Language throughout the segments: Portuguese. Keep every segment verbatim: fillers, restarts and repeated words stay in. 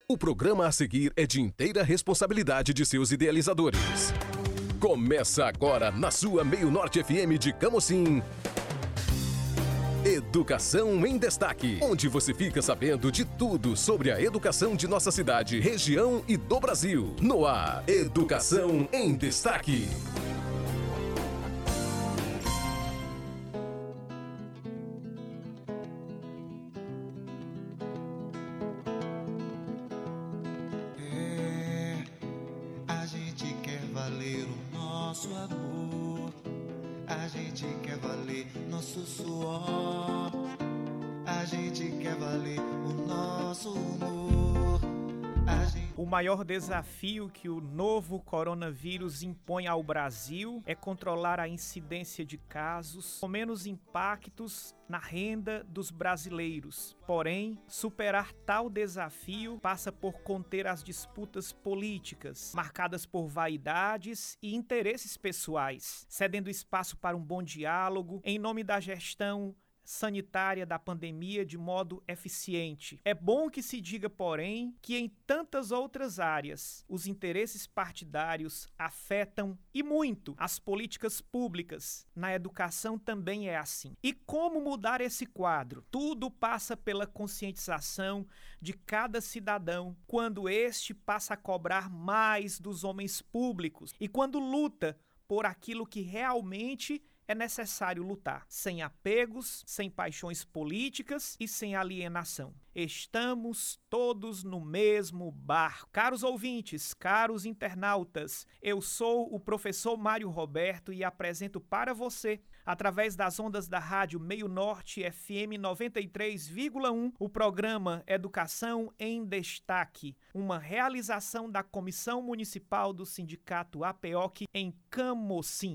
O programa a seguir é de inteira responsabilidade de seus idealizadores. Começa agora na sua Meio Norte F M de Camocim. Educação em Destaque, onde você fica sabendo de tudo sobre a educação de nossa cidade, região e do Brasil. No ar, Educação em Destaque. É, a gente quer valer o nosso amor, a gente quer valer nosso suor, a gente quer valer o nosso humor. A gente... O maior desafio que o novo coronavírus impõe ao Brasil é controlar a incidência de casos com menos impactos na renda dos brasileiros. Porém, superar tal desafio passa por conter as disputas políticas, marcadas por vaidades e interesses pessoais, cedendo espaço para um bom diálogo em nome da gestão sanitária da pandemia de modo eficiente. É bom que se diga, porém, que em tantas outras áreas os interesses partidários afetam e muito as políticas públicas. Na educação também é assim. E como mudar esse quadro? Tudo passa pela conscientização de cada cidadão quando este passa a cobrar mais dos homens públicos e quando luta por aquilo que realmente é necessário lutar, sem apegos, sem paixões políticas e sem alienação. Estamos todos no mesmo barco. Caros ouvintes, caros internautas, eu sou o professor Mário Roberto e apresento para você, através das ondas da rádio Meio Norte F M noventa e três vírgula um, o programa Educação em Destaque, uma realização da Comissão Municipal do Sindicato A P O C em Camocim.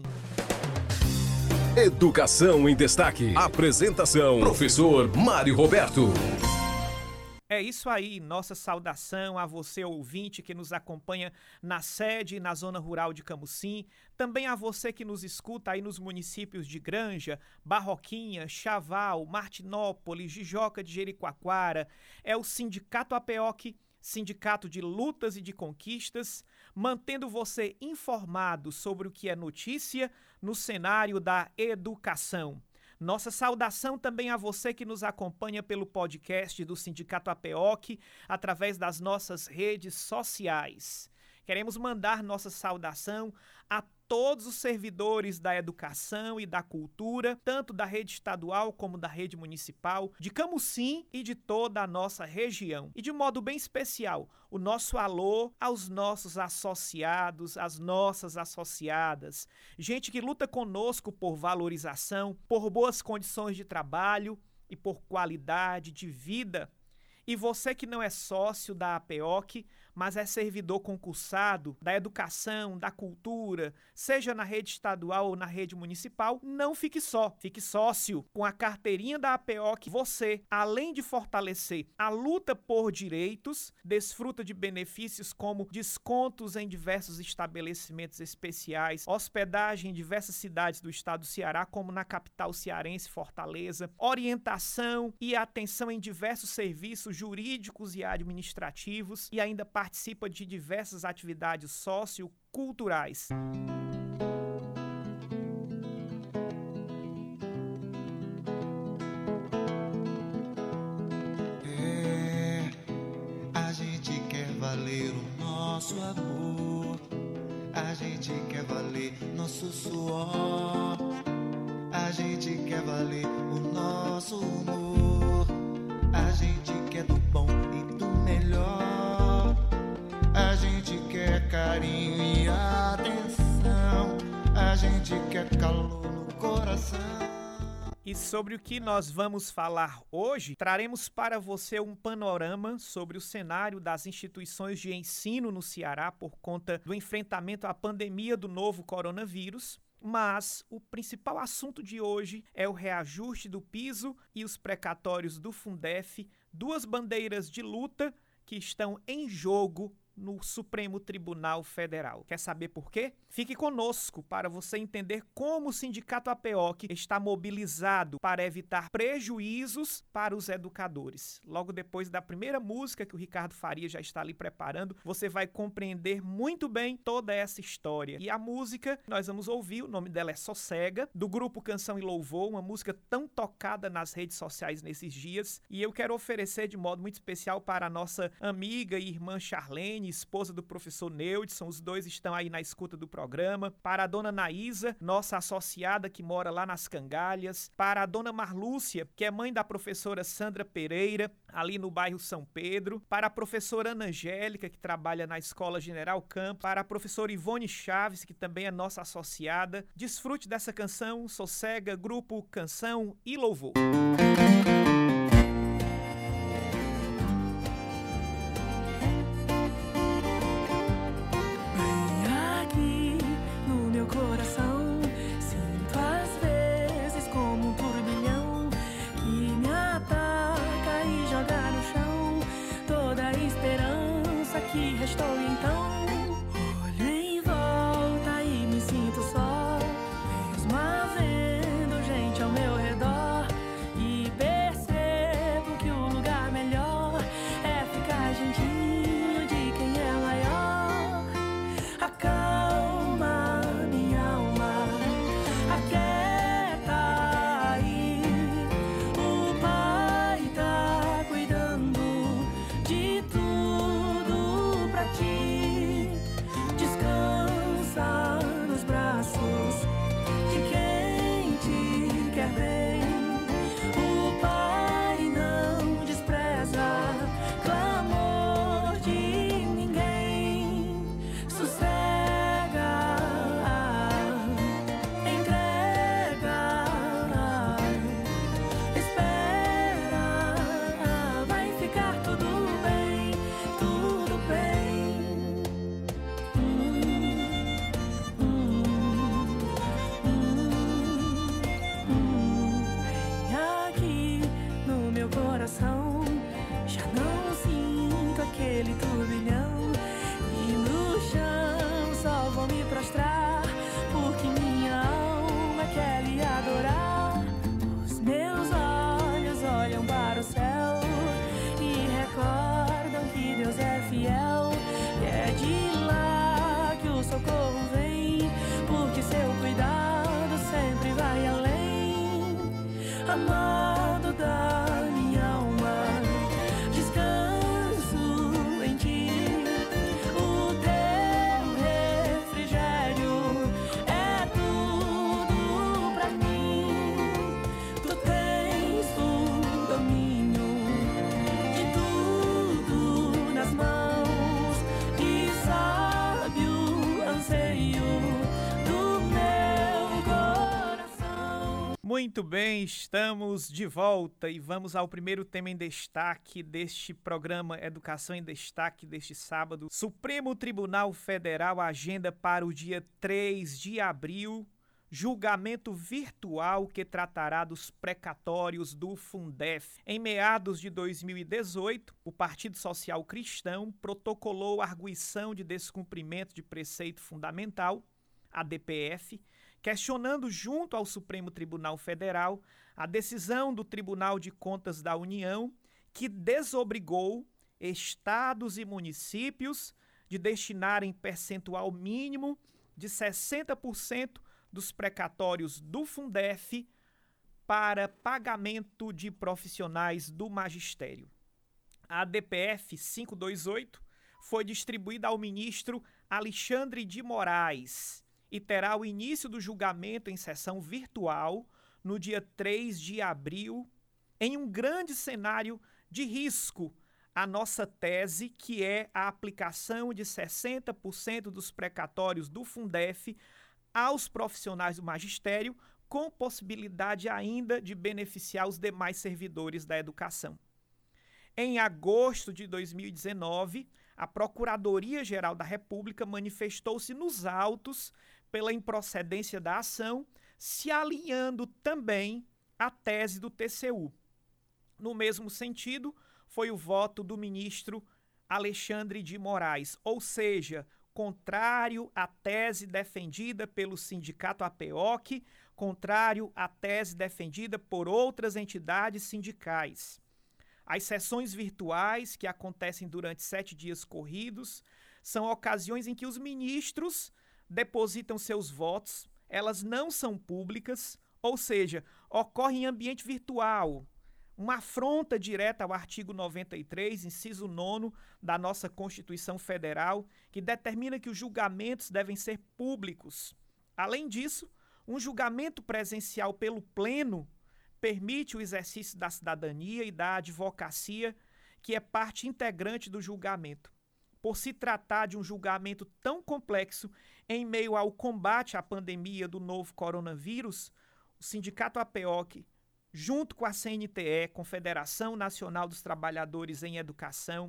Educação em Destaque. Apresentação: professor Mário Roberto. É isso aí, nossa saudação a você, ouvinte, que nos acompanha na sede e na zona rural de Camocim, também a você que nos escuta aí nos municípios de Granja, Barroquinha, Chaval, Martinópolis, Jijoca de Jericoacoara. É o Sindicato A P O C, Sindicato de Lutas e de Conquistas, mantendo você informado sobre o que é notícia no cenário da educação. Nossa saudação também a você que nos acompanha pelo podcast do Sindicato A P O C, através das nossas redes sociais. Queremos mandar nossa saudação a todos os servidores da educação e da cultura, tanto da rede estadual como da rede municipal, de Camocim e de toda a nossa região. E de modo bem especial, o nosso alô aos nossos associados, às nossas associadas, gente que luta conosco por valorização, por boas condições de trabalho e por qualidade de vida. E você que não é sócio da A P O C, mas é servidor concursado da educação, da cultura, seja na rede estadual ou na rede municipal, não fique só, fique sócio. Com a carteirinha da A P O C, você, além de fortalecer a luta por direitos, desfruta de benefícios como descontos em diversos estabelecimentos especiais, hospedagem em diversas cidades do estado do Ceará, como na capital cearense, Fortaleza, orientação e atenção em diversos serviços jurídicos e administrativos e ainda participa de diversas atividades socioculturais. É, a gente quer valer o nosso amor, a gente quer valer nosso suor, a gente quer valer o nosso humor, a gente quer do bom e do melhor, a gente quer carinho e atenção, a gente quer calor no coração. E sobre o que nós vamos falar hoje, traremos para você um panorama sobre o cenário das instituições de ensino no Ceará por conta do enfrentamento à pandemia do novo coronavírus. Mas o principal assunto de hoje é o reajuste do piso e os precatórios do Fundef, duas bandeiras de luta que estão em jogo no Supremo Tribunal Federal. Quer saber por quê? Fique conosco para você entender como o Sindicato APEOC está mobilizado para evitar prejuízos para os educadores. Logo depois da primeira música que o Ricardo Faria já está ali preparando, você vai compreender muito bem toda essa história. E a música que nós vamos ouvir, o nome dela é Sossega, do grupo Canção e Louvor, uma música tão tocada nas redes sociais nesses dias. E eu quero oferecer de modo muito especial para a nossa amiga e irmã Charlene, esposa do professor Neudson, os dois estão aí na escuta do programa, para a dona Naísa, nossa associada que mora lá nas Cangalhas, para a dona Marlúcia, que é mãe da professora Sandra Pereira, ali no bairro São Pedro, para a professora Ana Angélica, que trabalha na Escola General Campos, para a professora Ivone Chaves, que também é nossa associada. Desfrute dessa canção, Sossega, grupo Canção e Louvor. Coração, sinto às vezes como um turbilhão que me ataca e joga no chão toda a esperança que restou. Então olho em volta e me sinto só, mesmo havendo gente ao meu redor, e percebo que o lugar melhor é ficar juntinho de quem é maior. Acalma amado da minha alma, descanso em ti. O teu refrigério é tudo pra mim. Tu tens o domínio de tudo nas mãos e sabe o anseio do meu coração. Muito bem, estamos de volta e vamos ao primeiro tema em destaque deste programa Educação em Destaque deste sábado. Supremo Tribunal Federal agenda para o dia três de abril, julgamento virtual que tratará dos precatórios do Fundef. Em meados de dois mil e dezoito, o Partido Social Cristão protocolou a arguição de descumprimento de preceito fundamental, a D P F, questionando junto ao Supremo Tribunal Federal a decisão do Tribunal de Contas da União que desobrigou estados e municípios de destinarem percentual mínimo de sessenta por cento dos precatórios do Fundef para pagamento de profissionais do magistério. A D P F quinhentos e vinte e oito foi distribuída ao ministro Alexandre de Moraes e terá o início do julgamento em sessão virtual no dia três de abril, em um grande cenário de risco à nossa tese, que é a aplicação de sessenta por cento dos precatórios do Fundef aos profissionais do magistério, com possibilidade ainda de beneficiar os demais servidores da educação. Em agosto de dois mil e dezenove, a Procuradoria-Geral da República manifestou-se nos autos pela improcedência da ação, se alinhando também à tese do T C U. No mesmo sentido, foi o voto do ministro Alexandre de Moraes, ou seja, contrário à tese defendida pelo sindicato APEOC, contrário à tese defendida por outras entidades sindicais. As sessões virtuais, que acontecem durante sete dias corridos, são ocasiões em que os ministros depositam seus votos, elas não são públicas, ou seja, ocorre em ambiente virtual, uma afronta direta ao artigo noventa e três, inciso nono da nossa Constituição Federal, que determina que os julgamentos devem ser públicos. Além disso, um julgamento presencial pelo Pleno permite o exercício da cidadania e da advocacia, que é parte integrante do julgamento. Por se tratar de um julgamento tão complexo em meio ao combate à pandemia do novo coronavírus, o sindicato APEOC, junto com a C N T E, Confederação Nacional dos Trabalhadores em Educação,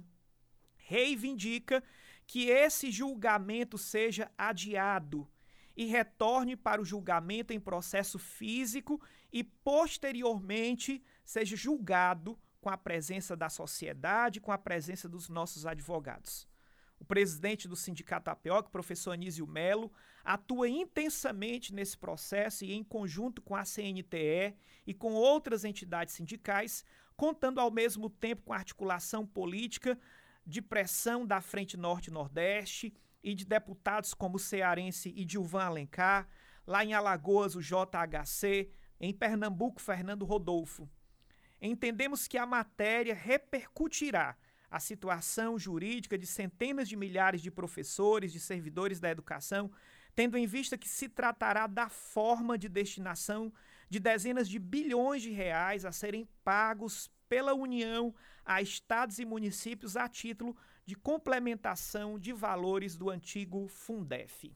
reivindica que esse julgamento seja adiado e retorne para o julgamento em processo físico e, posteriormente, seja julgado com a presença da sociedade, com a presença dos nossos advogados. O presidente do sindicato APEOC, professor Anísio Melo, atua intensamente nesse processo e em conjunto com a C N T E e com outras entidades sindicais, contando ao mesmo tempo com a articulação política de pressão da Frente Norte e Nordeste e de deputados como o cearense Idilvan Alencar, lá em Alagoas o J H C, em Pernambuco Fernando Rodolfo. Entendemos que a matéria repercutirá a situação jurídica de centenas de milhares de professores, de servidores da educação, tendo em vista que se tratará da forma de destinação de dezenas de bilhões de reais a serem pagos pela União a estados e municípios a título de complementação de valores do antigo Fundef.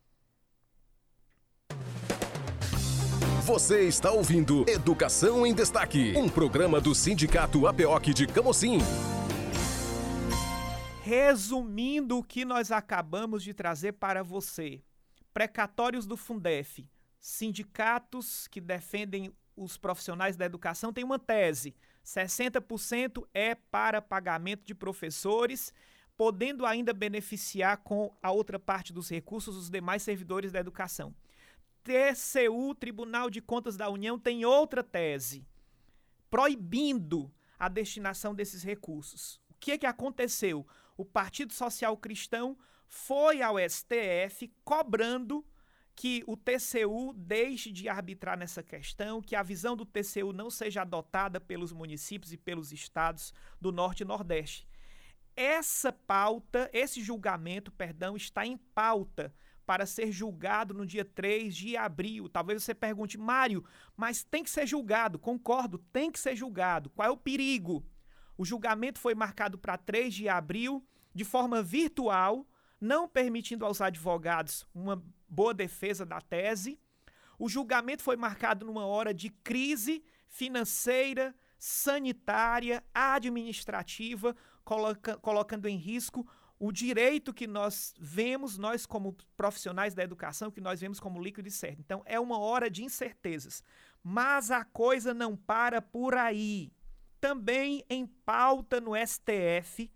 Você está ouvindo Educação em Destaque, um programa do Sindicato APEOC de Camocim. Resumindo o que nós acabamos de trazer para você, precatórios do Fundef, sindicatos que defendem os profissionais da educação têm uma tese, sessenta por cento é para pagamento de professores, podendo ainda beneficiar com a outra parte dos recursos os demais servidores da educação. T C U, Tribunal de Contas da União, tem outra tese, proibindo a destinação desses recursos. O que é que aconteceu? O Partido Social Cristão foi ao S T F cobrando que o T C U deixe de arbitrar nessa questão, que a visão do T C U não seja adotada pelos municípios e pelos estados do Norte e Nordeste. Essa pauta, esse julgamento, perdão, está em pauta para ser julgado no dia três de abril. Talvez você pergunte, Mário, mas tem que ser julgado. Concordo, tem que ser julgado. Qual é o perigo? O julgamento foi marcado para três de abril, de forma virtual, não permitindo aos advogados uma boa defesa da tese. O julgamento foi marcado numa hora de crise financeira, sanitária, administrativa, coloca, colocando em risco o direito que nós vemos, nós como profissionais da educação, que nós vemos como líquido e certo. Então, é uma hora de incertezas. Mas a coisa não para por aí. Também em pauta no S T F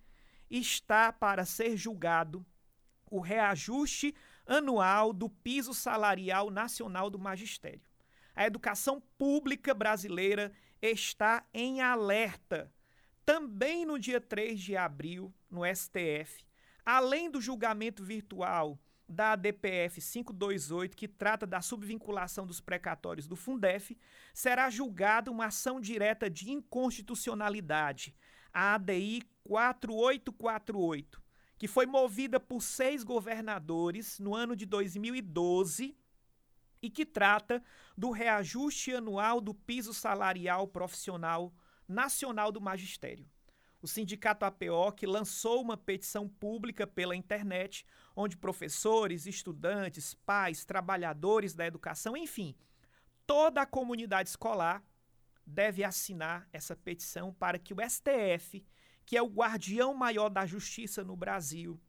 está para ser julgado o reajuste anual do piso salarial nacional do magistério. A educação pública brasileira está em alerta. Também no dia três de abril, no S T F, além do julgamento virtual da A D P F quinhentos e vinte e oito, que trata da subvinculação dos precatórios do Fundef, será julgada uma ação direta de inconstitucionalidade, a A D I quatro oito quatro oito, que foi movida por seis governadores no ano de dois mil e doze e que trata do reajuste anual do piso salarial profissional nacional do magistério. O sindicato APEOC lançou uma petição pública pela internet, onde professores, estudantes, pais, trabalhadores da educação, enfim, toda a comunidade escolar deve assinar essa petição para que o S T F, que é o guardião maior da justiça no Brasil,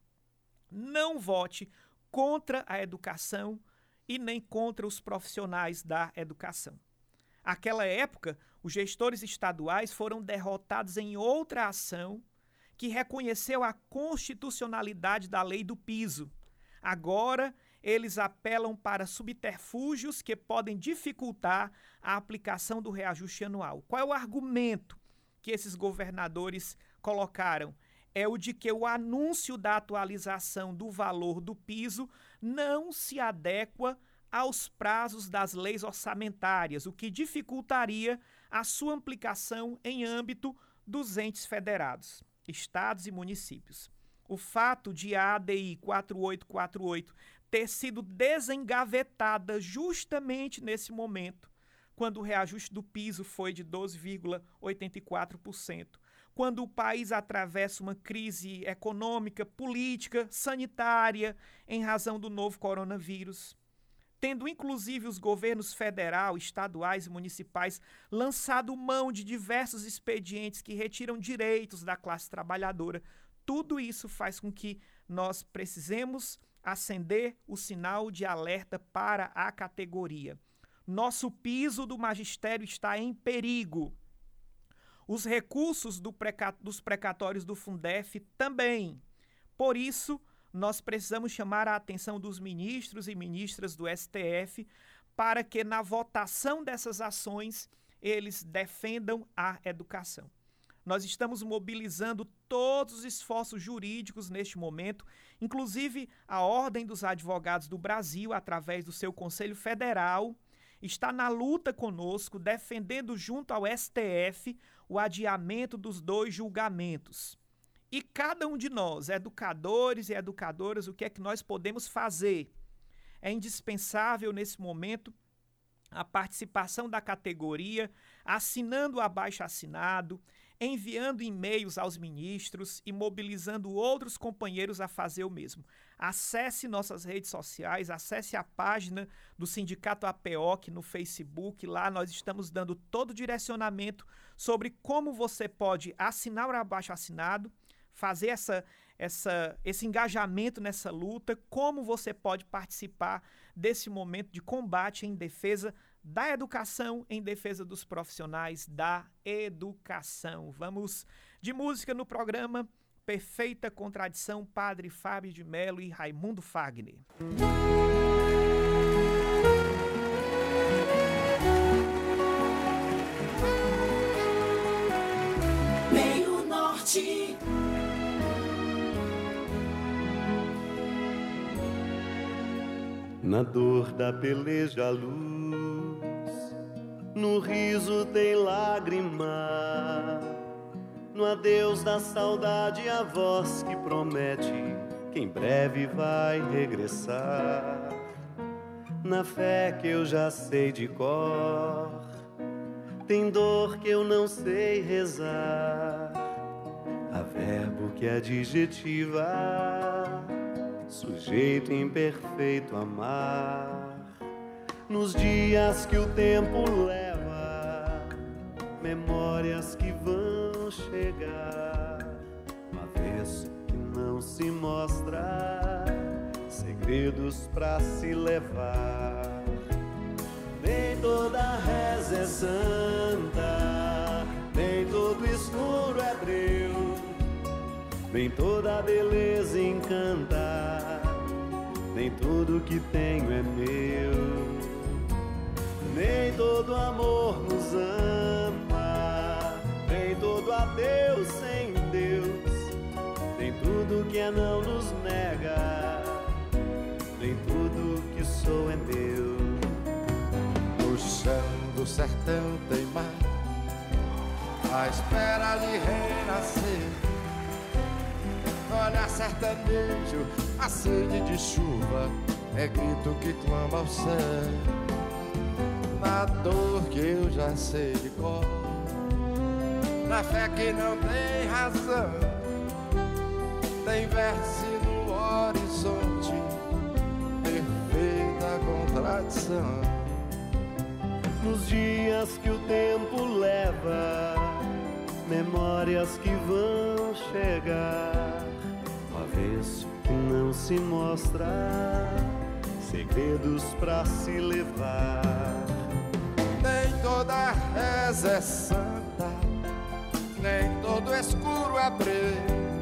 não vote contra a educação e nem contra os profissionais da educação. Naquela época, os gestores estaduais foram derrotados em outra ação que reconheceu a constitucionalidade da lei do piso. Agora, eles apelam para subterfúgios que podem dificultar a aplicação do reajuste anual. Qual é o argumento que esses governadores colocaram? É o de que o anúncio da atualização do valor do piso não se adequa aos prazos das leis orçamentárias, o que dificultaria a sua aplicação em âmbito dos entes federados, estados e municípios. O fato de a A D I quatro oito quatro oito ter sido desengavetada justamente nesse momento, quando o reajuste do piso foi de doze vírgula oitenta e quatro por cento, quando o país atravessa uma crise econômica, política, sanitária, em razão do novo coronavírus, tendo inclusive os governos federal, estaduais e municipais lançado mão de diversos expedientes que retiram direitos da classe trabalhadora. Tudo isso faz com que nós precisemos acender o sinal de alerta para a categoria. Nosso piso do magistério está em perigo. Os recursos do preca... dos precatórios do Fundef também. Por isso, nós precisamos chamar a atenção dos ministros e ministras do S T F para que, na votação dessas ações, eles defendam a educação. Nós estamos mobilizando todos os esforços jurídicos neste momento, inclusive a Ordem dos Advogados do Brasil, através do seu Conselho Federal, está na luta conosco, defendendo junto ao S T F o adiamento dos dois julgamentos. E cada um de nós, educadores e educadoras, o que é que nós podemos fazer? É indispensável nesse momento a participação da categoria, assinando o abaixo-assinado, enviando e-mails aos ministros e mobilizando outros companheiros a fazer o mesmo. Acesse nossas redes sociais, acesse a página do Sindicato A P O C no Facebook. Lá nós estamos dando todo o direcionamento sobre como você pode assinar o abaixo-assinado, fazer essa, essa, esse engajamento nessa luta, como você pode participar desse momento de combate em defesa da educação, em defesa dos profissionais da educação. Vamos de música no programa Perfeita Contradição, Padre Fábio de Mello e Raimundo Fagner. Meio Norte. Na dor da peleja a luz, no riso tem lágrima, no adeus da saudade a voz que promete que em breve vai regressar. Na fé que eu já sei de cor, tem dor que eu não sei rezar, há verbo que adjetiva sujeito imperfeito amar. Nos dias que o tempo leva, memórias que vão chegar, uma vez que não se mostra, segredos pra se levar. Nem toda reza é santa, nem todo escuro é breu, nem toda beleza encanta, nem tudo que tenho é meu. Nem todo amor nos ama, nem todo adeus sem Deus, nem tudo que é não nos nega, nem tudo que sou é meu. No chão do sertão tem mar, à espera de renascer. Olhar sertanejo, a sede de chuva, é grito que clama ao céu. Na dor que eu já sei de cor, na fé que não tem razão, tem verso no horizonte, perfeita contradição. Nos dias que o tempo leva, memórias que vão chegar, uma vez que não se mostra, segredos pra se levar. Nem toda reza é santa, nem todo escuro é breu,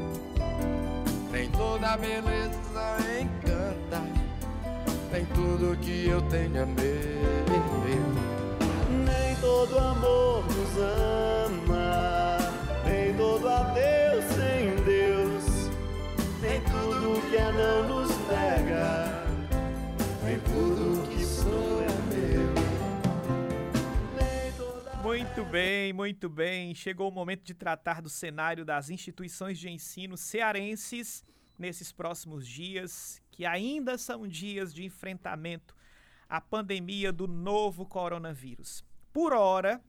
toda beleza encanta, nem tudo que eu tenho é meu. Nem todo amor nos ama, nem todo adeus sem Deus, nem tudo que é não nos nega, nem tudo que sou é meu. Muito bem, muito bem. Chegou o momento de tratar do cenário das instituições de ensino cearenses nesses próximos dias, que ainda são dias de enfrentamento à pandemia do novo coronavírus. Por hora,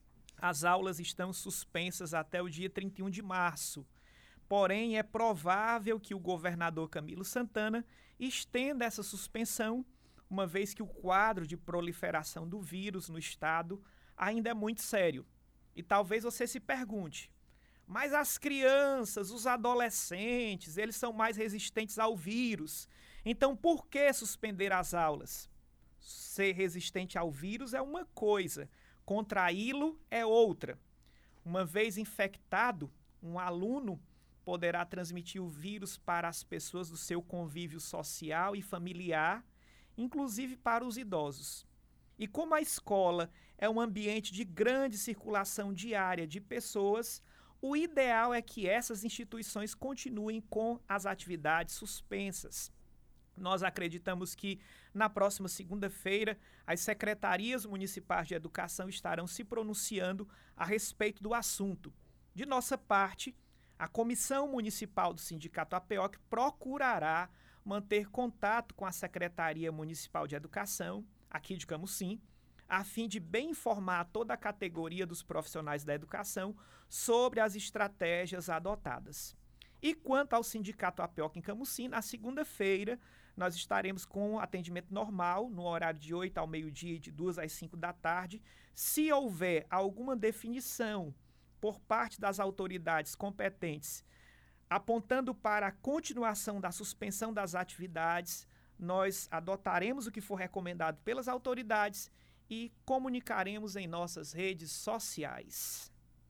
as aulas estão suspensas até o dia trinta e um de março. Porém, é provável que o governador Camilo Santana estenda essa suspensão, uma vez que o quadro de proliferação do vírus no estado ainda é muito sério. E talvez você se pergunte, mas as crianças, os adolescentes, eles são mais resistentes ao vírus. Então, por que suspender as aulas? Ser resistente ao vírus é uma coisa, contraí-lo é outra. Uma vez infectado, um aluno poderá transmitir o vírus para as pessoas do seu convívio social e familiar, inclusive para os idosos. E como a escola é um ambiente de grande circulação diária de pessoas, o ideal é que essas instituições continuem com as atividades suspensas. Nós acreditamos que na próxima segunda-feira as secretarias municipais de educação estarão se pronunciando a respeito do assunto. De nossa parte, a Comissão Municipal do Sindicato APEOC procurará manter contato com a Secretaria Municipal de Educação, aqui de Camusim, a fim de bem informar toda a categoria dos profissionais da educação sobre as estratégias adotadas. E quanto ao Sindicato APEOC em Camusim, na segunda-feira nós estaremos com atendimento normal, no horário de oito ao meio-dia e de duas às cinco da tarde. Se houver alguma definição por parte das autoridades competentes apontando para a continuação da suspensão das atividades, nós adotaremos o que for recomendado pelas autoridades e comunicaremos em nossas redes sociais.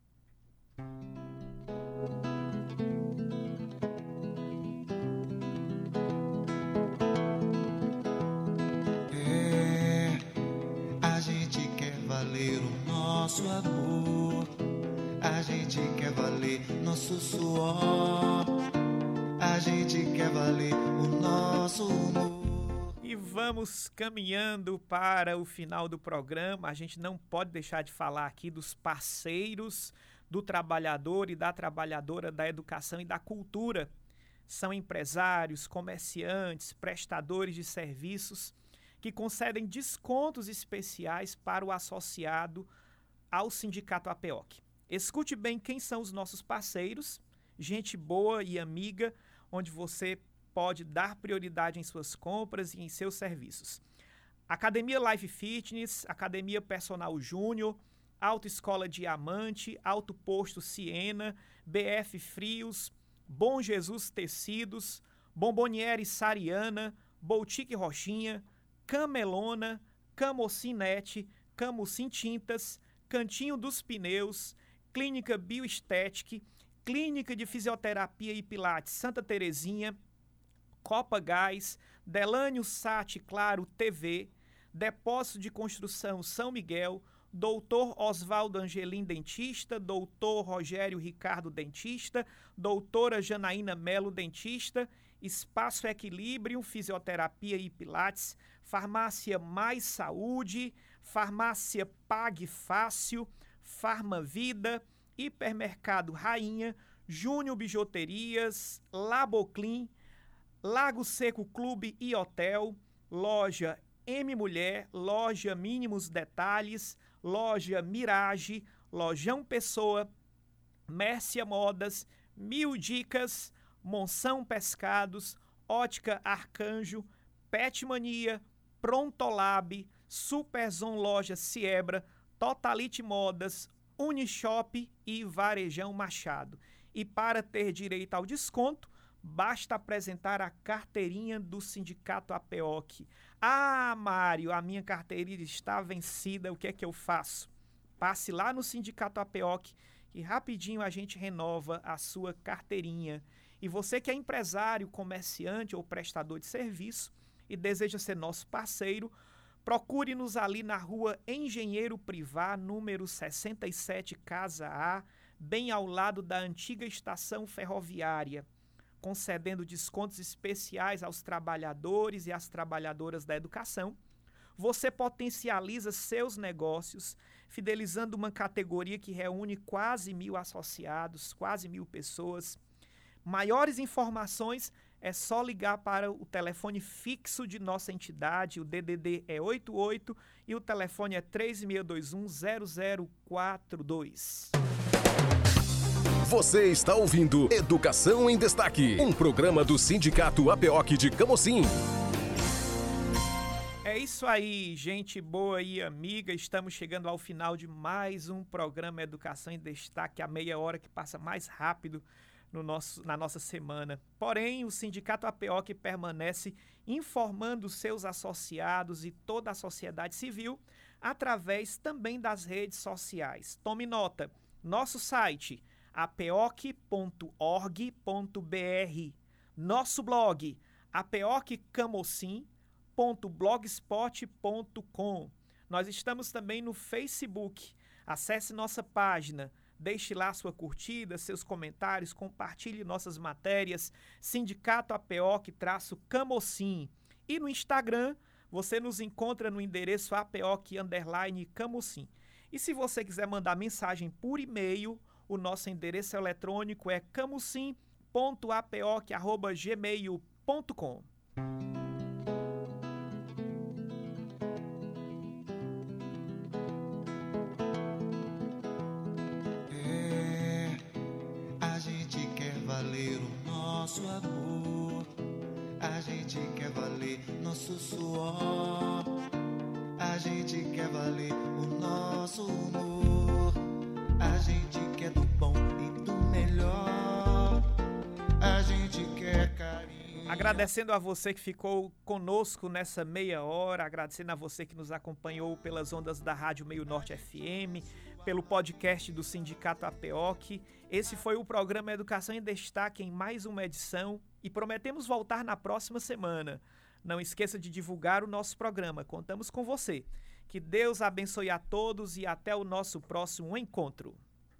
É, a gente quer valer o nosso amor, a gente quer valer nosso suor, a gente quer valer o nosso humor. E vamos caminhando para o final do programa. A gente não pode deixar de falar aqui dos parceiros do trabalhador e da trabalhadora da educação e da cultura. São empresários, comerciantes, prestadores de serviços que concedem descontos especiais para o associado ao Sindicato APEOC. Escute bem quem são os nossos parceiros, gente boa e amiga, onde você pode dar prioridade em suas compras e em seus serviços. Academia Life Fitness, Academia Personal Júnior, Autoescola Diamante, Auto Posto Siena, B F Frios, Bom Jesus Tecidos, Bomboniere Sariana, Boutique Rochinha, Camelona, Camocinete, Camucim Tintas, Cantinho dos Pneus, Clínica Bioestética, Clínica de Fisioterapia e Pilates Santa Terezinha, Copa Gás, Delânio Sat Claro T V, Depósito de Construção São Miguel, Doutor Oswaldo Angelim Dentista, Doutor Rogério Ricardo Dentista, Doutora Janaína Melo Dentista, Espaço Equilíbrio, Fisioterapia e Pilates, Farmácia Mais Saúde, Farmácia Pague Fácil, Farmavida, Hipermercado Rainha, Júnior Bijuterias, Laboclin, Lago Seco Clube e Hotel, Loja M Mulher, Loja Mínimos Detalhes, Loja Mirage, Lojão Pessoa, Mércia Modas, Mil Dicas, Monção Pescados, Ótica Arcanjo, Pet Mania, Prontolab, Superzon Loja Siebra, Totalite Modas, Unishop e Varejão Machado. E para ter direito ao desconto, basta apresentar a carteirinha do Sindicato APEOC. Ah, Mário, a minha carteirinha está vencida, o que é que eu faço? Passe lá no Sindicato APEOC e rapidinho a gente renova a sua carteirinha. E você que é empresário, comerciante ou prestador de serviço e deseja ser nosso parceiro, procure-nos ali na rua Engenheiro Privá, número sessenta e sete, Casa A, bem ao lado da antiga estação ferroviária, concedendo descontos especiais aos trabalhadores e às trabalhadoras da educação. Você potencializa seus negócios, fidelizando uma categoria que reúne quase mil associados, quase mil pessoas. Maiores informações é só ligar para o telefone fixo de nossa entidade, o D D D é oito oito e o telefone é três seis dois um, zero zero quatro dois. Você está ouvindo Educação em Destaque, um programa do Sindicato APEOC de Camocim. É isso aí, gente boa e amiga, estamos chegando ao final de mais um programa Educação em Destaque, a meia hora que passa mais rápido no nosso, na nossa semana. Porém, o Sindicato APEOC permanece informando seus associados e toda a sociedade civil através também das redes sociais. Tome nota, nosso site apeoc ponto org ponto br, nosso blog apeoccamocim ponto blogspot ponto com. Nós estamos também no Facebook. Acesse nossa página, deixe lá sua curtida, seus comentários, compartilhe nossas matérias, Sindicato APEOC-Camocim. E no Instagram, você nos encontra no endereço apeoc underline camocim. E se você quiser mandar mensagem por e-mail, o nosso endereço eletrônico é camocim ponto apeoc arroba gmail ponto com. Valer o nosso amor, a gente quer valer nosso suor, a gente quer valer o nosso humor, a gente quer do bom e do melhor, a gente quer carinho. Agradecendo a você que ficou conosco nessa meia hora, agradecendo a você que nos acompanhou pelas ondas da Rádio Meio Norte F M, pelo podcast do Sindicato APEOC. Esse foi o programa Educação em Destaque em mais uma edição e prometemos voltar na próxima semana. Não esqueça de divulgar o nosso programa, contamos com você. Que Deus abençoe a todos e até o nosso próximo encontro.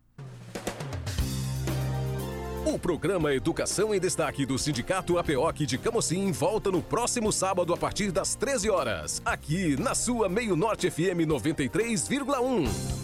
O programa Educação em Destaque do Sindicato APEOC de Camocim volta no próximo sábado a partir das treze horas, aqui na sua Meio Norte F M noventa e três vírgula um.